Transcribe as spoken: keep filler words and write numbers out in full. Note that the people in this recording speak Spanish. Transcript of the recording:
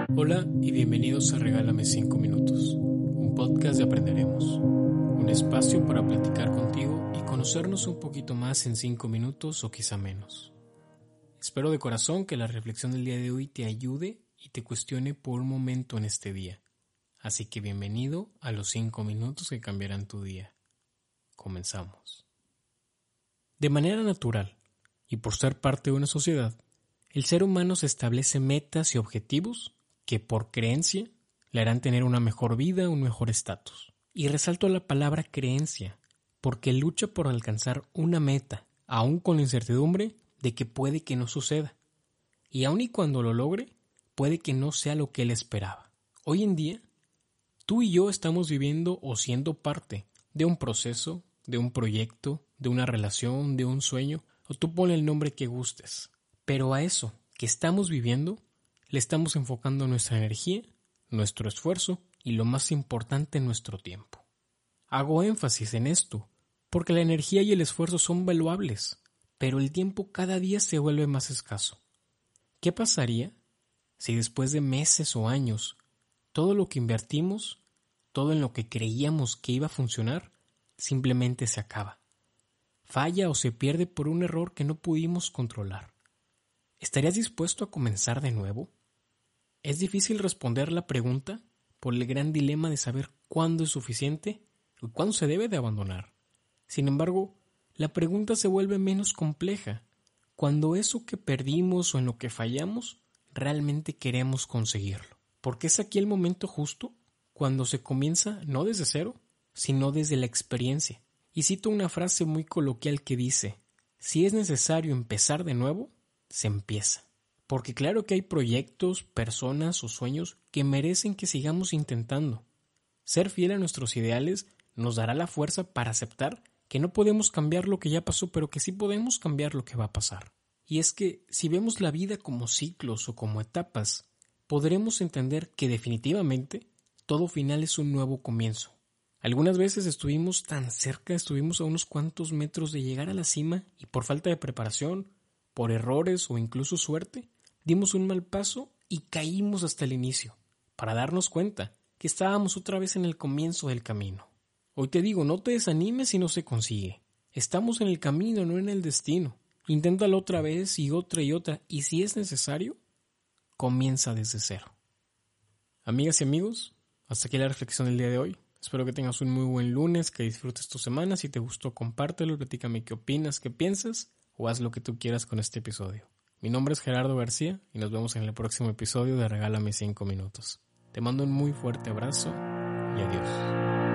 Hola y bienvenidos a Regálame cinco minutos, un podcast de Aprenderemos, un espacio para platicar contigo y conocernos un poquito más en cinco minutos o quizá menos. Espero de corazón que la reflexión del día de hoy te ayude y te cuestione por un momento en este día. Así que bienvenido a los cinco minutos que cambiarán tu día. Comenzamos. De manera natural, y por ser parte de una sociedad, el ser humano se establece metas y objetivos que por creencia le harán tener una mejor vida, un mejor estatus. Y resalto la palabra creencia, porque lucha por alcanzar una meta, aun con la incertidumbre de que puede que no suceda. Y aun y cuando lo logre, puede que no sea lo que él esperaba. Hoy en día, tú y yo estamos viviendo o siendo parte de un proceso, de un proyecto, de una relación, de un sueño, o tú ponle el nombre que gustes. Pero a eso que estamos viviendo, le estamos enfocando nuestra energía, nuestro esfuerzo y lo más importante, nuestro tiempo. Hago énfasis en esto porque la energía y el esfuerzo son valuables, pero el tiempo cada día se vuelve más escaso. ¿Qué pasaría si después de meses o años todo lo que invertimos, todo en lo que creíamos que iba a funcionar, simplemente se acaba? Falla o se pierde por un error que no pudimos controlar. ¿Estarías dispuesto a comenzar de nuevo? Es difícil responder la pregunta por el gran dilema de saber cuándo es suficiente y cuándo se debe de abandonar. Sin embargo, la pregunta se vuelve menos compleja cuando eso que perdimos o en lo que fallamos realmente queremos conseguirlo. Porque es aquí el momento justo cuando se comienza no desde cero, sino desde la experiencia. Y cito una frase muy coloquial que dice: si es necesario empezar de nuevo, se empieza. Porque claro que hay proyectos, personas o sueños que merecen que sigamos intentando. Ser fiel a nuestros ideales nos dará la fuerza para aceptar que no podemos cambiar lo que ya pasó, pero que sí podemos cambiar lo que va a pasar. Y es que si vemos la vida como ciclos o como etapas, podremos entender que definitivamente todo final es un nuevo comienzo. Algunas veces estuvimos tan cerca, estuvimos a unos cuantos metros de llegar a la cima y por falta de preparación, por errores o incluso suerte, dimos un mal paso y caímos hasta el inicio, para darnos cuenta que estábamos otra vez en el comienzo del camino. Hoy te digo, no te desanimes si no se consigue. Estamos en el camino, no en el destino. Inténtalo otra vez y otra y otra, y si es necesario, comienza desde cero. Amigas y amigos, hasta aquí la reflexión del día de hoy. Espero que tengas un muy buen lunes, que disfrutes tu semana. Si te gustó, compártelo, platícame qué opinas, qué piensas, o haz lo que tú quieras con este episodio. Mi nombre es Gerardo García y nos vemos en el próximo episodio de Regálame cinco minutos. Te mando un muy fuerte abrazo y adiós.